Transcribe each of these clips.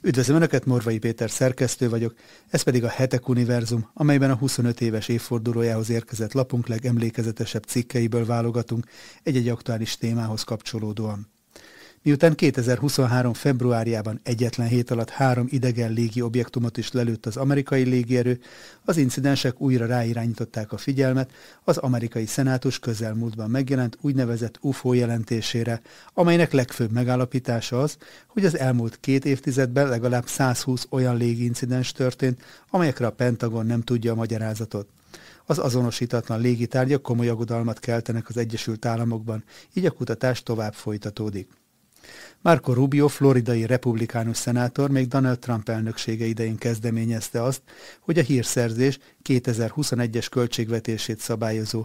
Üdvözlöm Önöket, Morvai Péter szerkesztő vagyok, ez pedig a Hetek Univerzum, amelyben a 25 éves évfordulójához érkezett lapunk legemlékezetesebb cikkeiből válogatunk egy-egy aktuális témához kapcsolódóan. Miután 2023. februárjában egyetlen hét alatt 3 idegen légi objektumot is lelőtt az amerikai légierő, az incidensek újra ráirányították a figyelmet az amerikai szenátus közelmúltban megjelent úgynevezett UFO jelentésére, amelynek legfőbb megállapítása az, hogy az elmúlt 2 évtizedben legalább 120 olyan légiincidens történt, amelyekre a Pentagon nem tudja a magyarázatot. Az azonosítatlan légitárgyak komoly aggodalmat keltenek az Egyesült Államokban, így a kutatás tovább folytatódik. Marco Rubio, floridai republikánus szenátor még Donald Trump elnöksége idején kezdeményezte azt, hogy a hírszerzés 2021-es költségvetését szabályozó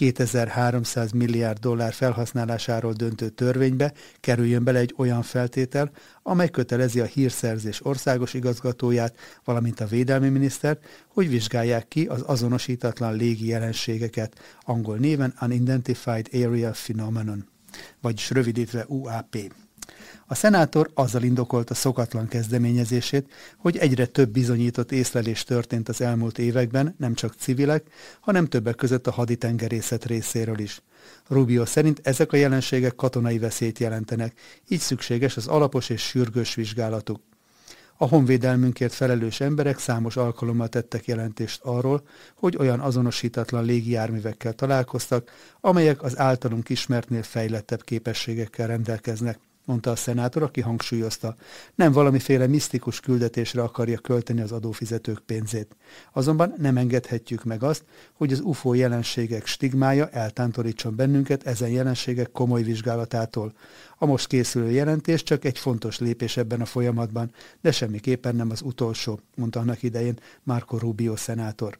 2300 milliárd dollár felhasználásáról döntő törvénybe kerüljön bele egy olyan feltétel, amely kötelezi a hírszerzés országos igazgatóját, valamint a védelmi minisztert, hogy vizsgálják ki az azonosítatlan légi jelenségeket, angol néven Unidentified Area Phenomenon, vagyis rövidítve UAP. A szenátor azzal indokolta szokatlan kezdeményezését, hogy egyre több bizonyított észlelés történt az elmúlt években, nem csak civilek, hanem többek között a haditengerészet részéről is. Rubio szerint ezek a jelenségek katonai veszélyt jelentenek, így szükséges az alapos és sürgős vizsgálatuk. A honvédelmünkért felelős emberek számos alkalommal tettek jelentést arról, hogy olyan azonosítatlan légijárművekkel találkoztak, amelyek az általunk ismertnél fejlettebb képességekkel rendelkeznek, mondta a szenátor, aki hangsúlyozta, nem valamiféle misztikus küldetésre akarja költeni az adófizetők pénzét. Azonban nem engedhetjük meg azt, hogy az UFO jelenségek stigmája eltántorítson bennünket ezen jelenségek komoly vizsgálatától. A most készülő jelentés csak egy fontos lépés ebben a folyamatban, de semmiképpen nem az utolsó, mondta annak idején Marco Rubio szenátor.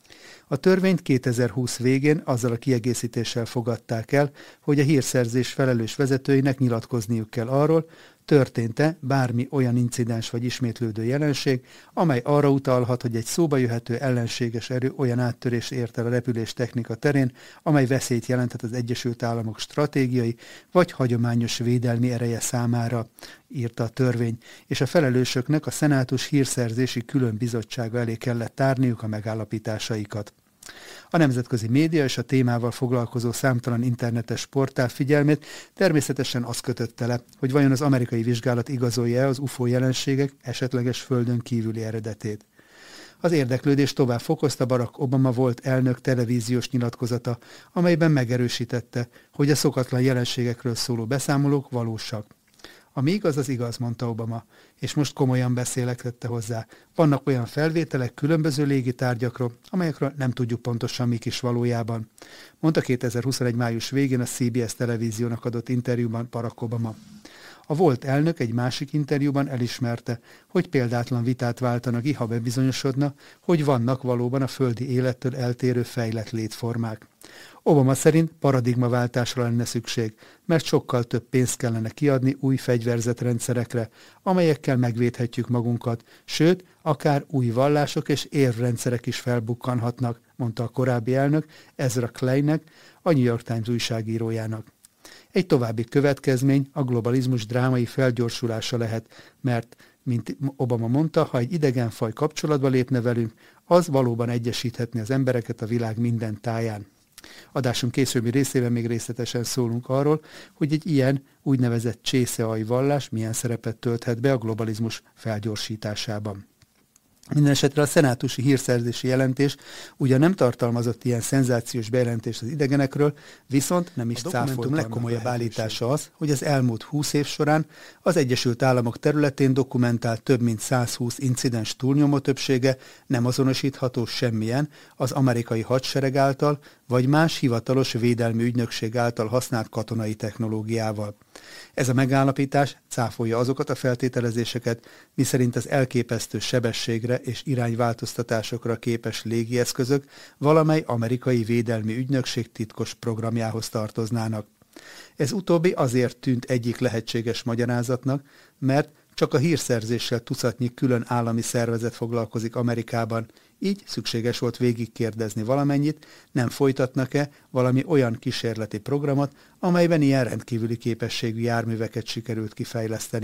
A törvényt 2020 végén azzal a kiegészítéssel fogadták el, hogy a hírszerzés felelős vezetőinek nyilatkozniuk kell arról, történt-e bármi olyan incidens vagy ismétlődő jelenség, amely arra utalhat, hogy egy szóba jöhető ellenséges erő olyan áttörést ért el a repülés technika terén, amely veszélyt jelenthet az Egyesült Államok stratégiai vagy hagyományos védelmi ereje számára, írta a törvény, és a felelősöknek a szenátus hírszerzési külön bizottsága elé kellett tárniuk a megállapításaikat. A nemzetközi média és a témával foglalkozó számtalan internetes portál figyelmét természetesen az kötötte le, hogy vajon az amerikai vizsgálat igazolja-e az UFO jelenségek esetleges földön kívüli eredetét. Az érdeklődést tovább fokozta Barack Obama volt elnök televíziós nyilatkozata, amelyben megerősítette, hogy a szokatlan jelenségekről szóló beszámolók valósak. Ami igaz, az igaz, mondta Obama, és most komolyan beszélek, tette hozzá. Vannak olyan felvételek különböző légitárgyakról, amelyekről nem tudjuk pontosan mik is valójában, mondta 2021. május végén a CBS televíziónak adott interjúban Barack Obama. A volt elnök egy másik interjúban elismerte, hogy példátlan vitát váltanak ki, ha bebizonyosodna, hogy vannak valóban a földi élettől eltérő fejlett létformák. Obama szerint paradigmaváltásra lenne szükség, mert sokkal több pénzt kellene kiadni új fegyverzetrendszerekre, amelyekkel megvédhetjük magunkat, sőt, akár új vallások és érvrendszerek is felbukkanhatnak, mondta a korábbi elnök Ezra Kleinnek, a New York Times újságírójának. Egy további következmény a globalizmus drámai felgyorsulása lehet, mert, mint Obama mondta, ha egy idegen faj kapcsolatba lépne velünk, az valóban egyesíthetné az embereket a világ minden táján. Adásunk későbbi részében még részletesen szólunk arról, hogy egy ilyen úgynevezett csészealj vallás milyen szerepet tölthet be a globalizmus felgyorsításában. Mindenesetre a szenátusi hírszerzési jelentés ugyan nem tartalmazott ilyen szenzációs bejelentést az idegenekről, viszont nem is cáfolt. Legkomolyabb állítása az, hogy az elmúlt 20 év során az Egyesült Államok területén dokumentált több mint 120 incidens túlnyomó többsége nem azonosítható semmilyen az amerikai hadsereg által, vagy más hivatalos védelmi ügynökség által használt katonai technológiával. Ez a megállapítás cáfolja azokat a feltételezéseket, miszerint az elképesztő sebességre és irányváltoztatásokra képes légieszközök valamely amerikai védelmi ügynökség titkos programjához tartoznának. Ez utóbbi azért tűnt egyik lehetséges magyarázatnak, mert csak a hírszerzéssel tucatnyi külön állami szervezet foglalkozik Amerikában, így szükséges volt végigkérdezni valamennyit, nem folytatnak-e valami olyan kísérleti programot, amelyben ilyen rendkívüli képességű járműveket sikerült kifejleszteni.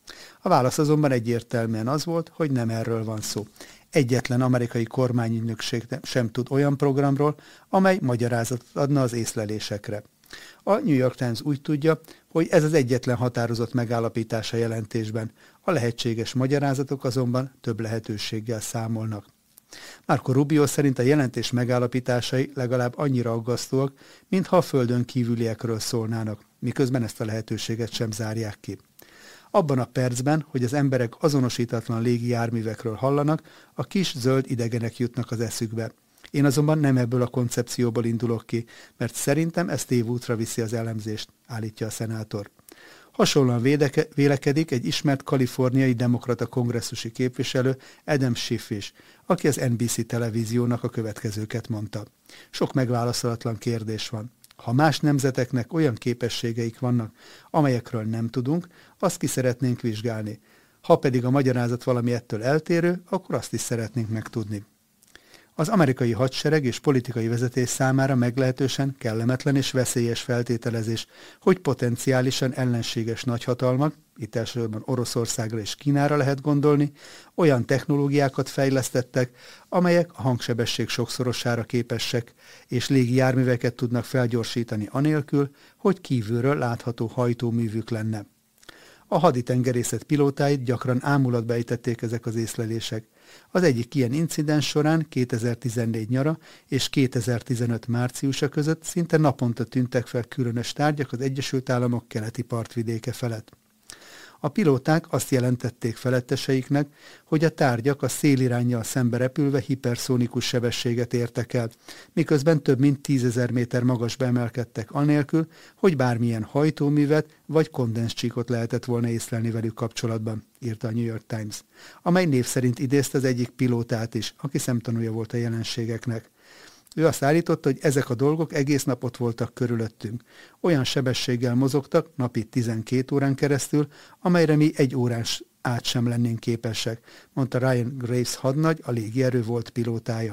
A válasz azonban egyértelműen az volt, hogy nem erről van szó. Egyetlen amerikai kormányügynökség sem tud olyan programról, amely magyarázatot adna az észlelésekre. A New York Times úgy tudja, hogy ez az egyetlen határozott megállapítása jelentésben. A lehetséges magyarázatok azonban több lehetőséggel számolnak. Marco Rubio szerint a jelentés megállapításai legalább annyira aggasztóak, mintha a földön kívüliekről szólnának, miközben ezt a lehetőséget sem zárják ki. Abban a percben, hogy az emberek azonosítatlan légi járművekről hallanak, a kis zöld idegenek jutnak az eszükbe. Én azonban nem ebből a koncepcióból indulok ki, mert szerintem ez tévútra viszi az elemzést, állítja a szenátor. Hasonlóan vélekedik egy ismert kaliforniai demokrata kongresszusi képviselő, Adam Schiff is, aki az NBC televíziónak a következőket mondta. Sok megválaszolatlan kérdés van. Ha más nemzeteknek olyan képességeik vannak, amelyekről nem tudunk, azt ki szeretnénk vizsgálni. Ha pedig a magyarázat valami ettől eltérő, akkor azt is szeretnénk megtudni. Az amerikai hadsereg és politikai vezetés számára meglehetősen kellemetlen és veszélyes feltételezés, hogy potenciálisan ellenséges nagyhatalmak, itt elsősorban Oroszországra és Kínára lehet gondolni, olyan technológiákat fejlesztettek, amelyek a hangsebesség sokszorosára képesek, és légi járműveket tudnak felgyorsítani anélkül, hogy kívülről látható hajtóművük lenne. A haditengerészet pilótáit gyakran ámulatba ejtették ezek az észlelések. Az egyik ilyen incidens során 2014 nyara és 2015 márciusa között szinte naponta tűntek fel különös tárgyak az Egyesült Államok keleti partvidéke felett. A pilóták azt jelentették feletteseiknek, hogy a tárgyak a széliránnyal szembe repülve hiperszónikus sebességet értek el, miközben több mint 10 000 méter magasba emelkedtek anélkül, hogy bármilyen hajtóművet vagy kondenzcsíkot lehetett volna észlelni velük kapcsolatban, írta a New York Times, amely név szerint idézte az egyik pilótát is, aki szemtanúja volt a jelenségeknek. Ő azt állította, hogy ezek a dolgok egész nap ott voltak körülöttünk. Olyan sebességgel mozogtak napi 12 órán keresztül, amelyre mi egy órán át sem lennénk képesek, mondta Ryan Graves hadnagy, a légierő volt pilótája.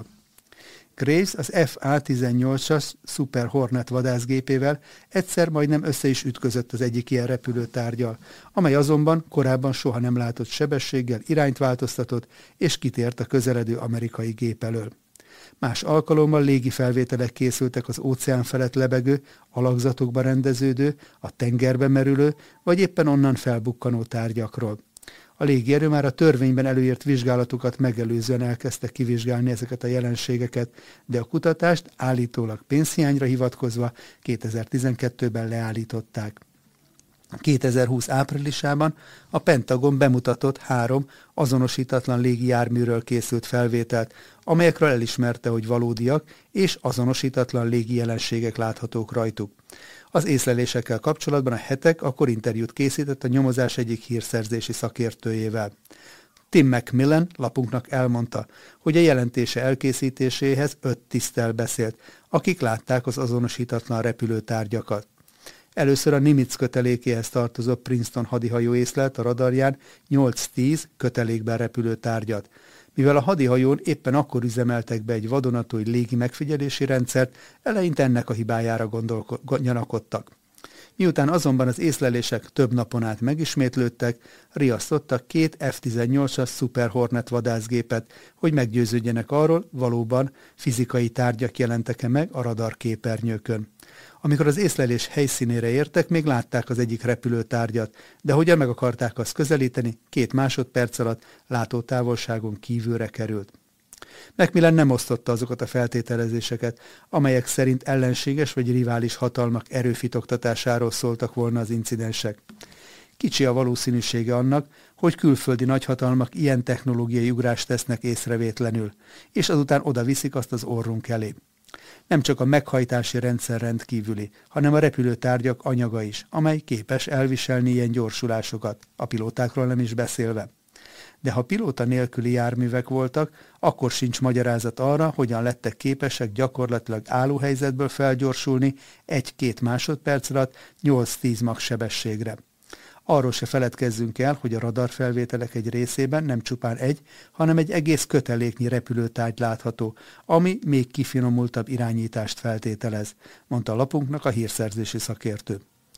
Graves az FA-18-as Super Hornet vadászgépével egyszer majdnem össze is ütközött az egyik ilyen repülőtárggyal, amely azonban korábban soha nem látott sebességgel irányt változtatott és kitért a közeledő amerikai gép elől. Más alkalommal légi felvételek készültek az óceán felett lebegő, alakzatokba rendeződő, a tengerbe merülő, vagy éppen onnan felbukkanó tárgyakról. A légierő már a törvényben előírt vizsgálatokat megelőzően elkezdte kivizsgálni ezeket a jelenségeket, de a kutatást állítólag pénzhiányra hivatkozva 2012-ben leállították. 2020 áprilisában a Pentagon bemutatott 3 azonosítatlan légijárműről készült felvételt, amelyekről elismerte, hogy valódiak és azonosítatlan légi jelenségek láthatók rajtuk. Az észlelésekkel kapcsolatban a Hetek akkor interjút készített a nyomozás egyik hírszerzési szakértőjével. Tim McMillan lapunknak elmondta, hogy a jelentése elkészítéséhez 5 tiszttel beszélt, akik látták az azonosítatlan repülőtárgyakat. Először a Nimitz kötelékéhez tartozó Princeton hadihajó észlelt a radarján 8-10 kötelékben repülő tárgyat. Mivel a hadihajón éppen akkor üzemeltek be egy vadonatúj légi megfigyelési rendszert, eleinte ennek a hibájára gyanakodtak. Miután azonban az észlelések több napon át megismétlődtek, riasztottak 2 F-18-as Super Hornet vadászgépet, hogy meggyőződjenek arról, valóban fizikai tárgyak jelentek-e meg a radarképernyőkön. Amikor az észlelés helyszínére értek, még látták az egyik repülőtárgyat, de hogyan meg akarták azt közelíteni, 2 másodperc alatt látótávolságon kívülre került. Macmillan nem osztotta azokat a feltételezéseket, amelyek szerint ellenséges vagy rivális hatalmak erőfitoktatásáról szóltak volna az incidensek. Kicsi a valószínűsége annak, hogy külföldi nagyhatalmak ilyen technológiai ugrást tesznek észrevétlenül, és azután oda viszik azt az orrunk elé. Nem csak a meghajtási rendszer rendkívüli, hanem a repülőtárgyak anyaga is, amely képes elviselni ilyen gyorsulásokat, a pilótákról nem is beszélve. De ha pilóta nélküli járművek voltak, akkor sincs magyarázat arra, hogyan lettek képesek gyakorlatilag állóhelyzetből felgyorsulni 1-2 másodperc alatt 8-10 mach sebességre. Arról se feledkezzünk el, hogy a radarfelvételek egy részében nem csupán egy, hanem egy egész köteléknyi repülőtárgy látható, ami még kifinomultabb irányítást feltételez, mondta a lapunknak a hírszerzési szakértő.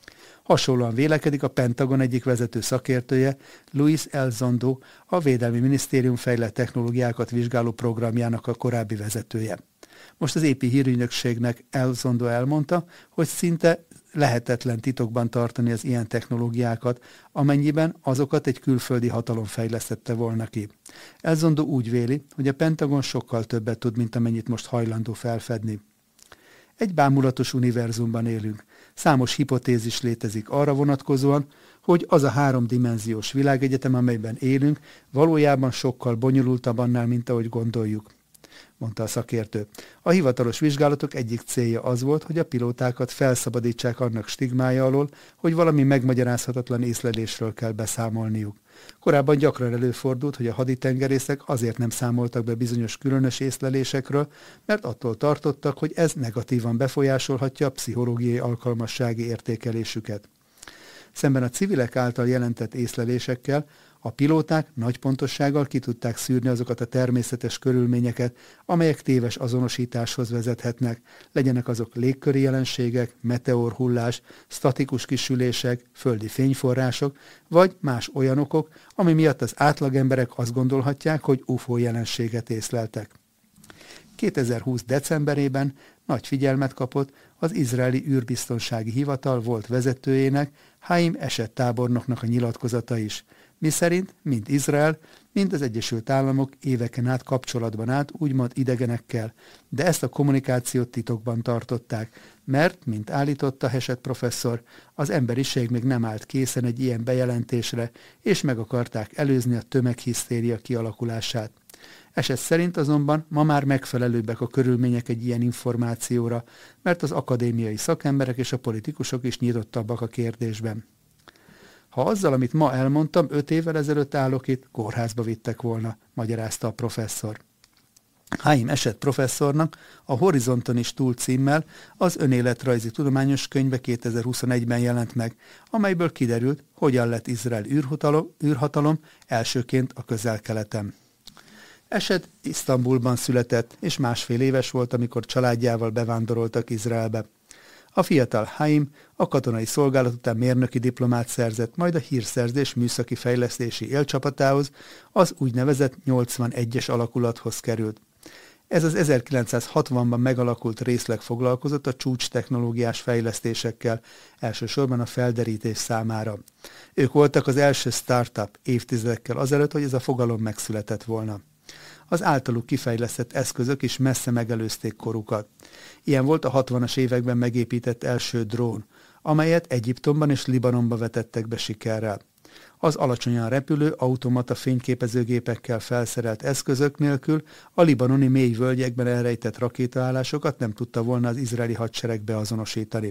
Hasonlóan vélekedik a Pentagon egyik vezető szakértője, Luis Elizondo, a Védelmi Minisztérium fejlett technológiákat vizsgáló programjának a korábbi vezetője. Most az AP hírügynökségnek Elizondo elmondta, hogy szinte lehetetlen titokban tartani az ilyen technológiákat, amennyiben azokat egy külföldi hatalom fejlesztette volna ki. Elizondo úgy véli, hogy a Pentagon sokkal többet tud, mint amennyit most hajlandó felfedni. Egy bámulatos univerzumban élünk. Számos hipotézis létezik arra vonatkozóan, hogy az a háromdimenziós világegyetem, amelyben élünk, valójában sokkal bonyolultabb annál, mint ahogy gondoljuk, mondta a szakértő. A hivatalos vizsgálatok egyik célja az volt, hogy a pilótákat felszabadítsák annak stigmája alól, hogy valami megmagyarázhatatlan észlelésről kell beszámolniuk. Korábban gyakran előfordult, hogy a haditengerészek azért nem számoltak be bizonyos különös észlelésekről, mert attól tartottak, hogy ez negatívan befolyásolhatja a pszichológiai alkalmassági értékelésüket. Szemben a civilek által jelentett észlelésekkel a pilóták nagy pontossággal ki tudták szűrni azokat a természetes körülményeket, amelyek téves azonosításhoz vezethetnek, legyenek azok légköri jelenségek, meteorhullás, statikus kisülések, földi fényforrások, vagy más olyan okok, ami miatt az átlagemberek azt gondolhatják, hogy UFO jelenséget észleltek. 2020. decemberében nagy figyelmet kapott az izraeli űrbiztonsági hivatal volt vezetőjének, Haim Esed tábornoknak a nyilatkozata is, miszerint mind Izrael, mind az Egyesült Államok éveken át kapcsolatban állt úgymond idegenekkel, de ezt a kommunikációt titokban tartották, mert, mint állította Esed professzor, az emberiség még nem állt készen egy ilyen bejelentésre, és meg akarták előzni a tömeghisztéria kialakulását. Esed szerint azonban ma már megfelelőbbek a körülmények egy ilyen információra, mert az akadémiai szakemberek és a politikusok is nyitottabbak a kérdésben. Ha azzal, amit ma elmondtam, 5 évvel ezelőtt állok itt, kórházba vittek volna, magyarázta a professzor. Haim Esed professzornak a Horizonton is túl címmel az önéletrajzi tudományos könyve 2021-ben jelent meg, amelyből kiderült, hogyan lett Izrael űrhatalom elsőként a Közel-Keleten. Esed Isztambulban született, és 1,5 éves volt, amikor családjával bevándoroltak Izraelbe. A fiatal Haim a katonai szolgálat után mérnöki diplomát szerzett, majd a hírszerzés műszaki fejlesztési élcsapatához, az úgynevezett 81-es alakulathoz került. Ez az 1960-ban megalakult részleg foglalkozott a csúcs technológiás fejlesztésekkel, elsősorban a felderítés számára. Ők voltak az első startup évtizedekkel azelőtt, hogy ez a fogalom megszületett volna. Az általuk kifejlesztett eszközök is messze megelőzték korukat. Ilyen volt a 60-as években megépített első drón, amelyet Egyiptomban és Libanonban vetettek be sikerrel. Az alacsonyan repülő, automata fényképezőgépekkel felszerelt eszközök nélkül a libanoni mély völgyekben elrejtett rakétaállásokat nem tudta volna az izraeli hadsereg beazonosítani.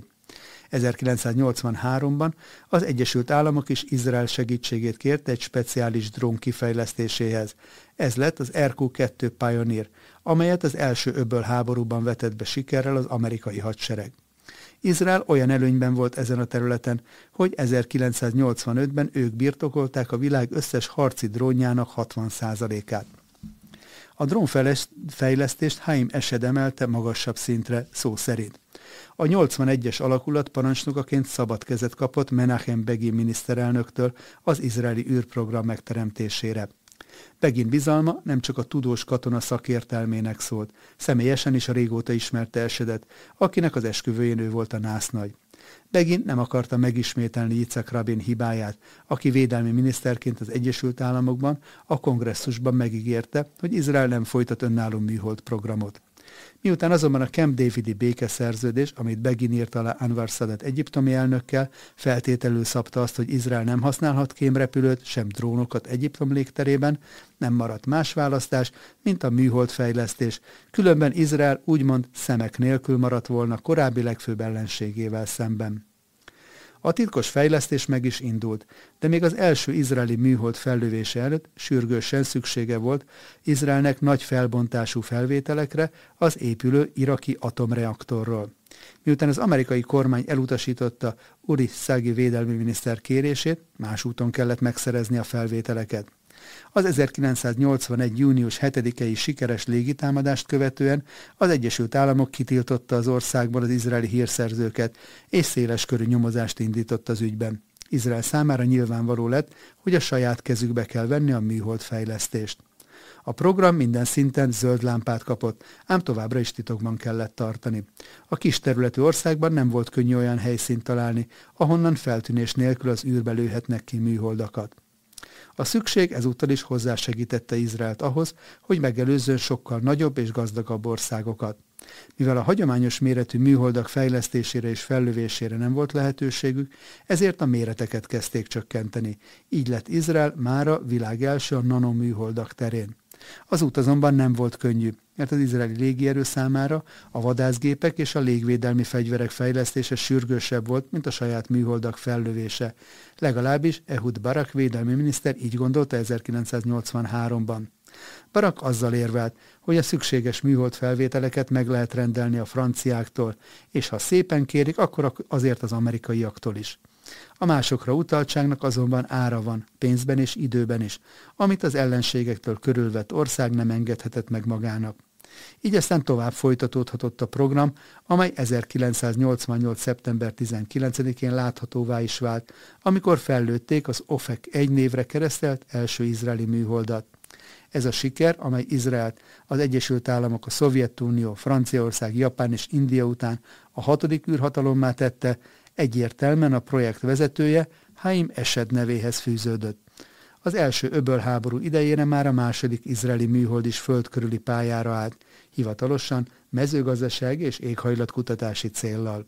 1983-ban az Egyesült Államok is Izrael segítségét kérte egy speciális drón kifejlesztéséhez. Ez lett az RQ-2 Pioneer, amelyet az első öbölháborúban vetett be sikerrel az amerikai hadsereg. Izrael olyan előnyben volt ezen a területen, hogy 1985-ben ők birtokolták a világ összes harci drónjának 60%-át. A drónfejlesztést Haim Esed emelte magasabb szintre, szó szerint. A 81-es alakulat parancsnokaként szabad kezet kapott Menachem Begin miniszterelnöktől az izraeli űrprogram megteremtésére. Begin bizalma nem csak a tudós katona szakértelmének szólt, személyesen is a régóta ismerte Esedet, akinek az esküvőjén ő volt a násznagy. Begin nem akarta megismételni Yitzhak Rabin hibáját, aki védelmi miniszterként az Egyesült Államokban a kongresszusban megígérte, hogy Izrael nem folytat önálló műhold programot. Miután azonban a Camp Davidi békeszerződés, amit Begin írt alá Anwar Sadat egyiptomi elnökkel, feltételül szabta azt, hogy Izrael nem használhat kémrepülőt, sem drónokat Egyiptom légterében, nem maradt más választás, mint a műholdfejlesztés, különben Izrael úgymond szemek nélkül maradt volna korábbi legfőbb ellenségével szemben. A titkos fejlesztés meg is indult, de még az első izraeli műhold fellövése előtt sürgősen szüksége volt Izraelnek nagy felbontású felvételekre az épülő iraki atomreaktorról. Miután az amerikai kormány elutasította Uri Sagi védelmi miniszter kérését, más úton kellett megszerezni a felvételeket. Az 1981. június 7-i sikeres légitámadást követően az Egyesült Államok kitiltotta az országból az izraeli hírszerzőket, és széleskörű nyomozást indított az ügyben. Izrael számára nyilvánvaló lett, hogy a saját kezükbe kell venni a műholdfejlesztést. A program minden szinten zöld lámpát kapott, ám továbbra is titokban kellett tartani. A kis területű országban nem volt könnyű olyan helyszínt találni, ahonnan feltűnés nélkül az űrbe lőhetnek ki műholdakat. A szükség ezúttal is hozzásegítette Izraelt ahhoz, hogy megelőzzön sokkal nagyobb és gazdagabb országokat. Mivel a hagyományos méretű műholdak fejlesztésére és fellövésére nem volt lehetőségük, ezért a méreteket kezdték csökkenteni. Így lett Izrael mára világ első a nanoműholdak terén. Az út azonban nem volt könnyű, mert az izraeli légierő számára a vadászgépek és a légvédelmi fegyverek fejlesztése sürgősebb volt, mint a saját műholdak fellövése. Legalábbis Ehud Barak védelmi miniszter így gondolta 1983-ban. Barak azzal érvelt, hogy a szükséges műhold felvételeket meg lehet rendelni a franciáktól, és ha szépen kérik, akkor azért az amerikaiaktól is. A másokra utaltságnak azonban ára van, pénzben és időben is, amit az ellenségektől körülvett ország nem engedhetett meg magának. Így aztán tovább folytatódhatott a program, amely 1988. szeptember 19-én láthatóvá is vált, amikor fellőtték az OFEC 1 névre keresztelt első izraeli műholdat. Ez a siker, amely Izraelt, az Egyesült Államok, a Szovjetunió, Franciaország, Japán és India után a 6. űrhatalommá tette, egyértelműen a projekt vezetője Haim Esed nevéhez fűződött. Az első öbölháború idejére már a második izraeli műhold is föld körüli pályára állt, hivatalosan mezőgazdasági és éghajlatkutatási céllal.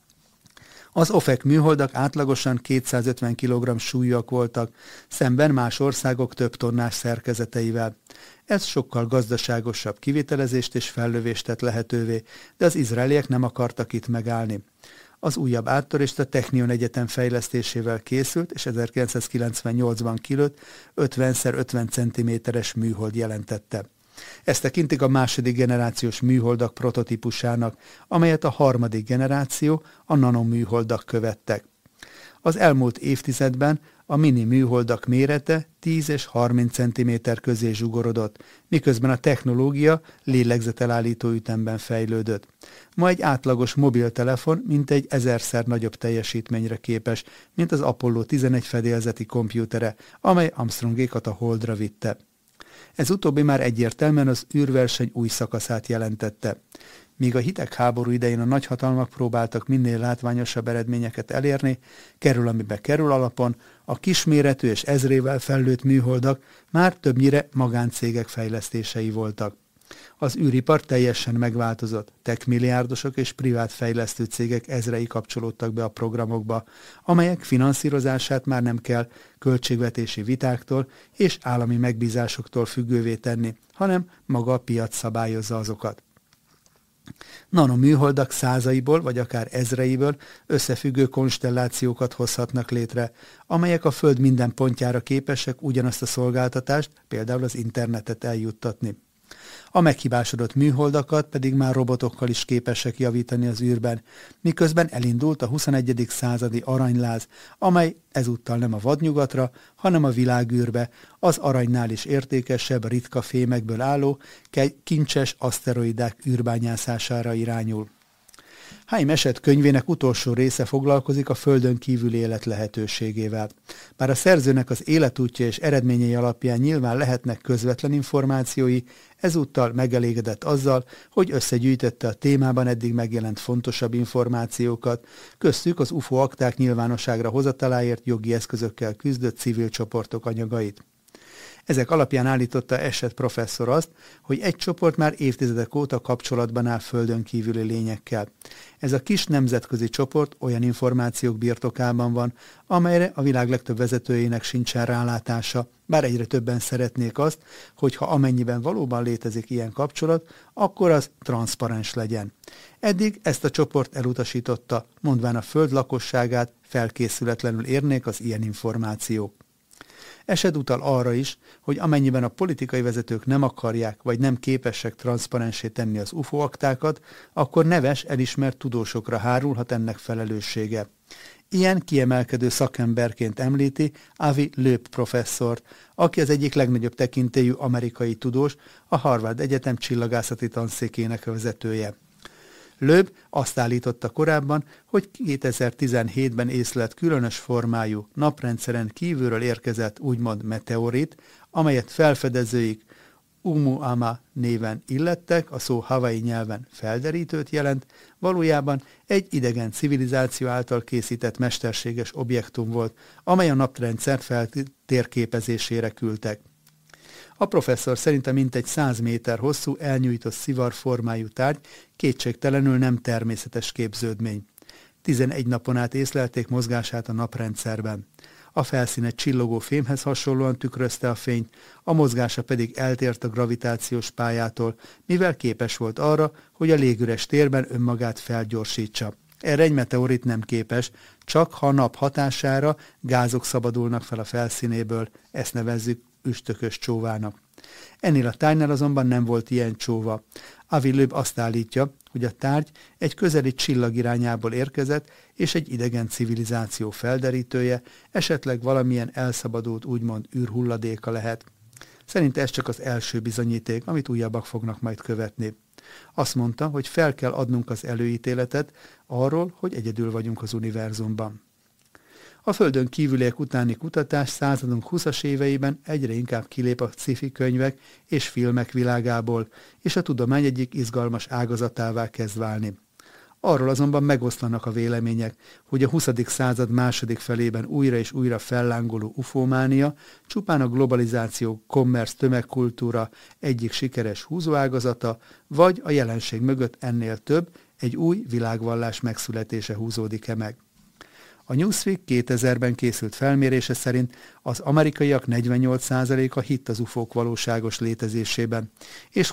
Az OFEC műholdak átlagosan 250 kg súlyúak voltak, szemben más országok több tonnás szerkezeteivel. Ez sokkal gazdaságosabb kivitelezést és fellövést tett lehetővé, de az izraeliek nem akartak itt megállni. Az újabb áttörést a Technion Egyetem fejlesztésével készült, és 1998-ban kilőtt 50x50 cm-es műhold jelentette. Ezt tekintik a második generációs műholdak prototípusának, amelyet a harmadik generáció, a nanoműholdak követtek. Az elmúlt évtizedben a mini műholdak mérete 10 és 30 cm közé zsugorodott, miközben a technológia lélegzetelállító ütemben fejlődött. Ma egy átlagos mobiltelefon mintegy 1000-szer nagyobb teljesítményre képes, mint az Apollo 11 fedélzeti kompjútere, amely Armstrongékat a Holdra vitte. Ez utóbbi már egyértelműen az űrverseny új szakaszát jelentette. Míg a hidegháború idején a nagyhatalmak próbáltak minél látványosabb eredményeket elérni, kerül amibe kerül alapon, a kisméretű és ezrével fellőtt műholdak már többnyire magáncégek fejlesztései voltak. Az űripar teljesen megváltozott, techmilliárdosok és privát fejlesztő cégek ezrei kapcsolódtak be a programokba, amelyek finanszírozását már nem kell költségvetési vitáktól és állami megbízásoktól függővé tenni, hanem maga a piac szabályozza azokat. Nanoműholdak százaiból vagy akár ezreiből összefüggő konstellációkat hozhatnak létre, amelyek a Föld minden pontjára képesek ugyanazt a szolgáltatást, például az internetet eljuttatni. A meghibásodott műholdakat pedig már robotokkal is képesek javítani az űrben, miközben elindult a 21. századi aranyláz, amely ezúttal nem a vadnyugatra, hanem a világűrbe, az aranynál is értékesebb, ritka fémekből álló, kincses aszteroidák űrbányászására irányul. Haim Esed könyvének utolsó része foglalkozik a Földön kívüli élet lehetőségével. Bár a szerzőnek az életútja és eredményei alapján nyilván lehetnek közvetlen információi, ezúttal megelégedett azzal, hogy összegyűjtötte a témában eddig megjelent fontosabb információkat, köztük az UFO akták nyilvánosságra hozataláért jogi eszközökkel küzdött civil csoportok anyagait. Ezek alapján állította Esed professzor azt, hogy egy csoport már évtizedek óta kapcsolatban áll földön kívüli lényekkel. Ez a kis nemzetközi csoport olyan információk birtokában van, amelyre a világ legtöbb vezetőjének sincsen rálátása, bár egyre többen szeretnék azt, hogyha amennyiben valóban létezik ilyen kapcsolat, akkor az transzparens legyen. Eddig ezt a csoport elutasította, mondván a föld lakosságát felkészületlenül érnék az ilyen információk. Esed utal arra is, hogy amennyiben a politikai vezetők nem akarják vagy nem képesek transzparensé tenni az UFO aktákat, akkor neves, elismert tudósokra hárulhat ennek felelőssége. Ilyen kiemelkedő szakemberként említi Avi Loeb professzort, aki az egyik legnagyobb tekintélyű amerikai tudós, a Harvard Egyetem csillagászati tanszékének vezetője. Loeb azt állította korábban, hogy 2017-ben észlelt különös formájú, naprendszeren kívülről érkezett úgymond meteorit, amelyet felfedezőik Oumuamua néven illettek, a szó hawaii nyelven felderítőt jelent, valójában egy idegen civilizáció által készített mesterséges objektum volt, amely a naprendszert feltérképezésére küldtek. A professzor szerint a mintegy 100 méter hosszú, elnyújtott szivarformájú tárgy kétségtelenül nem természetes képződmény. 11 napon át észlelték mozgását a naprendszerben. A felszíne csillogó fémhez hasonlóan tükrözte a fényt, a mozgása pedig eltért a gravitációs pályától, mivel képes volt arra, hogy a légüres térben önmagát felgyorsítsa. Erre egy meteorit nem képes, csak ha a nap hatására gázok szabadulnak fel a felszínéből, ezt nevezzük üstökös csóvának. Ennél a tárgynál azonban nem volt ilyen csóva. Avi Loeb azt állítja, hogy a tárgy egy közeli csillag irányából érkezett, és egy idegen civilizáció felderítője, esetleg valamilyen elszabadult úgymond űrhulladéka lehet. Szerinte ez csak az első bizonyíték, amit újabbak fognak majd követni. Azt mondta, hogy fel kell adnunk az előítéletet arról, hogy egyedül vagyunk az univerzumban. A Földön kívüliek utáni kutatás századunk 20-as éveiben egyre inkább kilép a sci-fi könyvek és filmek világából, és a tudomány egyik izgalmas ágazatává kezd válni. Arról azonban megoszlanak a vélemények, hogy a 20. század második felében újra és újra fellángoló ufómánia csupán a globalizáció, kommersz, tömegkultúra egyik sikeres húzóágazata, vagy a jelenség mögött ennél több, egy új világvallás megszületése húzódik-e meg. A Newsweek 2000-ben készült felmérése szerint az amerikaiak 48%-a hitt az ufók valóságos létezésében, és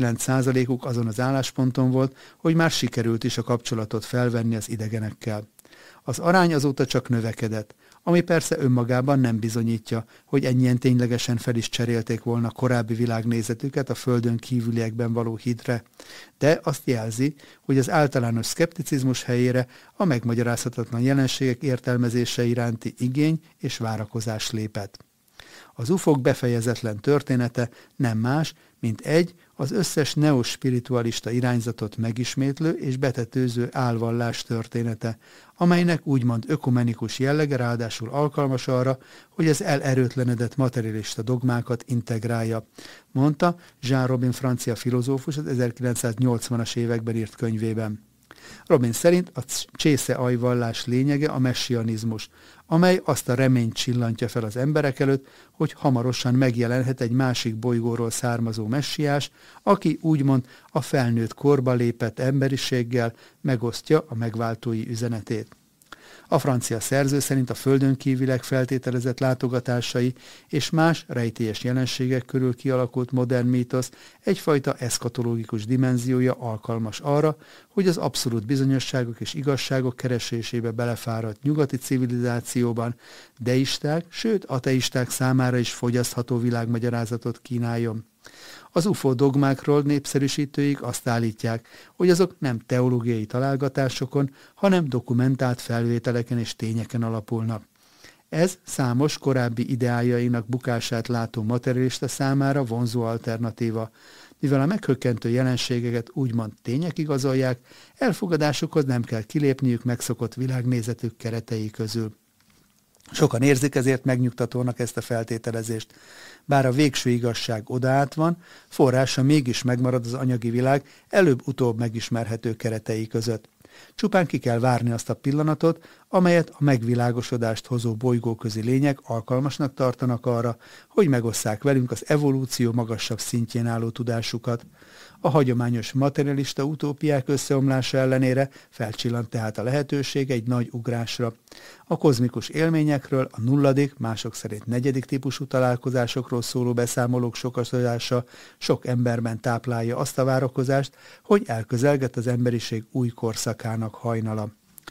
29%-uk azon az állásponton volt, hogy már sikerült is a kapcsolatot felvenni az idegenekkel. Az arány azóta csak növekedett, ami persze önmagában nem bizonyítja, hogy ennyien ténylegesen fel is cserélték volna korábbi világnézetüket a Földön kívüliekben való hitre, de azt jelzi, hogy az általános szkepticizmus helyére a megmagyarázhatatlan jelenségek értelmezése iránti igény és várakozás lépett. Az ufók befejezetlen története nem más, mint az összes neospiritualista irányzatot megismétlő és betetőző álvallás története, amelynek úgymond ökumenikus jellege ráadásul alkalmas arra, hogy az elerőtlenedett materialista dogmákat integrálja, mondta Jean Robin francia filozófus az 1980-as években írt könyvében. Robin szerint a csésze-aj vallás lényege a messianizmus, amely azt a reményt csillantja fel az emberek előtt, hogy hamarosan megjelenhet egy másik bolygóról származó messiás, aki úgymond a felnőtt korba lépett emberiséggel megosztja a megváltói üzenetét. A francia szerző szerint a földön kívüliek feltételezett látogatásai és más rejtélyes jelenségek körül kialakult modern mítosz egyfajta eszkatológikus dimenziója alkalmas arra, hogy az abszolút bizonyosságok és igazságok keresésébe belefáradt nyugati civilizációban deisták, sőt ateisták számára is fogyasztható világmagyarázatot kínáljon. Az UFO dogmákról népszerűsítőik azt állítják, hogy azok nem teológiai találgatásokon, hanem dokumentált felvételeken és tényeken alapulnak. Ez számos korábbi ideájainak bukását látó materialista számára vonzó alternatíva. Mivel a meghökkentő jelenségeket úgymond tények igazolják, elfogadásukhoz nem kell kilépniük megszokott világnézetük keretei közül. Sokan érzik ezért megnyugtatónak ezt a feltételezést. Bár a végső igazság odaát van, forrása mégis megmarad az anyagi világ előbb-utóbb megismerhető keretei között. Csupán ki kell várni azt a pillanatot, amelyet a megvilágosodást hozó bolygóközi lények alkalmasnak tartanak arra, hogy megosszák velünk az evolúció magasabb szintjén álló tudásukat. A hagyományos materialista utópiák összeomlása ellenére felcsillant tehát a lehetőség egy nagy ugrásra. A kozmikus élményekről, a nulladik, mások szerint negyedik típusú találkozásokról szóló beszámolók sokasodása sok emberben táplálja azt a várakozást, hogy elközelgett az emberiség új korszakának hajnala.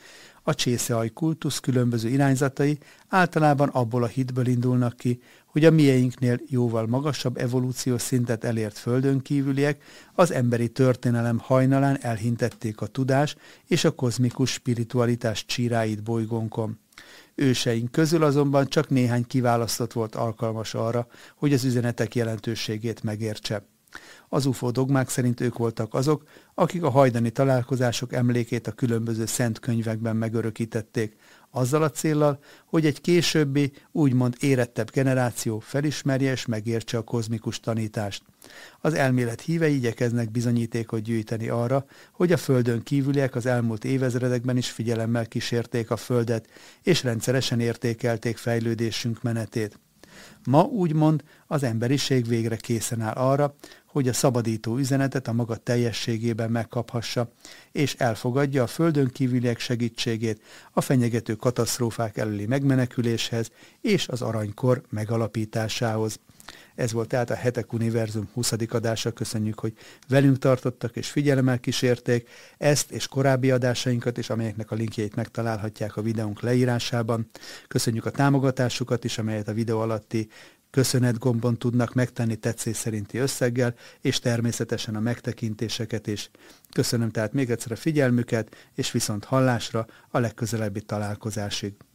A csésze-aj kultusz különböző irányzatai általában abból a hitből indulnak ki, hogy a mieinknél jóval magasabb evolúciós szintet elért földön kívüliek az emberi történelem hajnalán elhintették a tudás és a kozmikus spiritualitás csíráit bolygónkon. Őseink közül azonban csak néhány kiválasztott volt alkalmas arra, hogy az üzenetek jelentőségét megértse. Az UFO dogmák szerint ők voltak azok, akik a hajdani találkozások emlékét a különböző szent könyvekben megörökítették, azzal a céllal, hogy egy későbbi, úgymond érettebb generáció felismerje és megértse a kozmikus tanítást. Az elmélet hívei igyekeznek bizonyítékot gyűjteni arra, hogy a Földön kívüliek az elmúlt évezredekben is figyelemmel kísérték a Földet, és rendszeresen értékelték fejlődésünk menetét. Ma úgymond az emberiség végre készen áll arra, hogy a szabadító üzenetet a maga teljességében megkaphassa, és elfogadja a Földön kívüliek segítségét a fenyegető katasztrófák elöli megmeneküléshez és az aranykor megalapításához. Ez volt tehát a Hetek Univerzum 20. adása. Köszönjük, hogy velünk tartottak és figyelemmel kísérték ezt és korábbi adásainkat is, amelyeknek a linkjeit megtalálhatják a videónk leírásában. Köszönjük a támogatásukat is, amelyet a videó alatti köszönet gombon tudnak megtenni tetszés szerinti összeggel, és természetesen a megtekintéseket is. Köszönöm tehát még egyszer a figyelmüket, és viszont hallásra a legközelebbi találkozásig.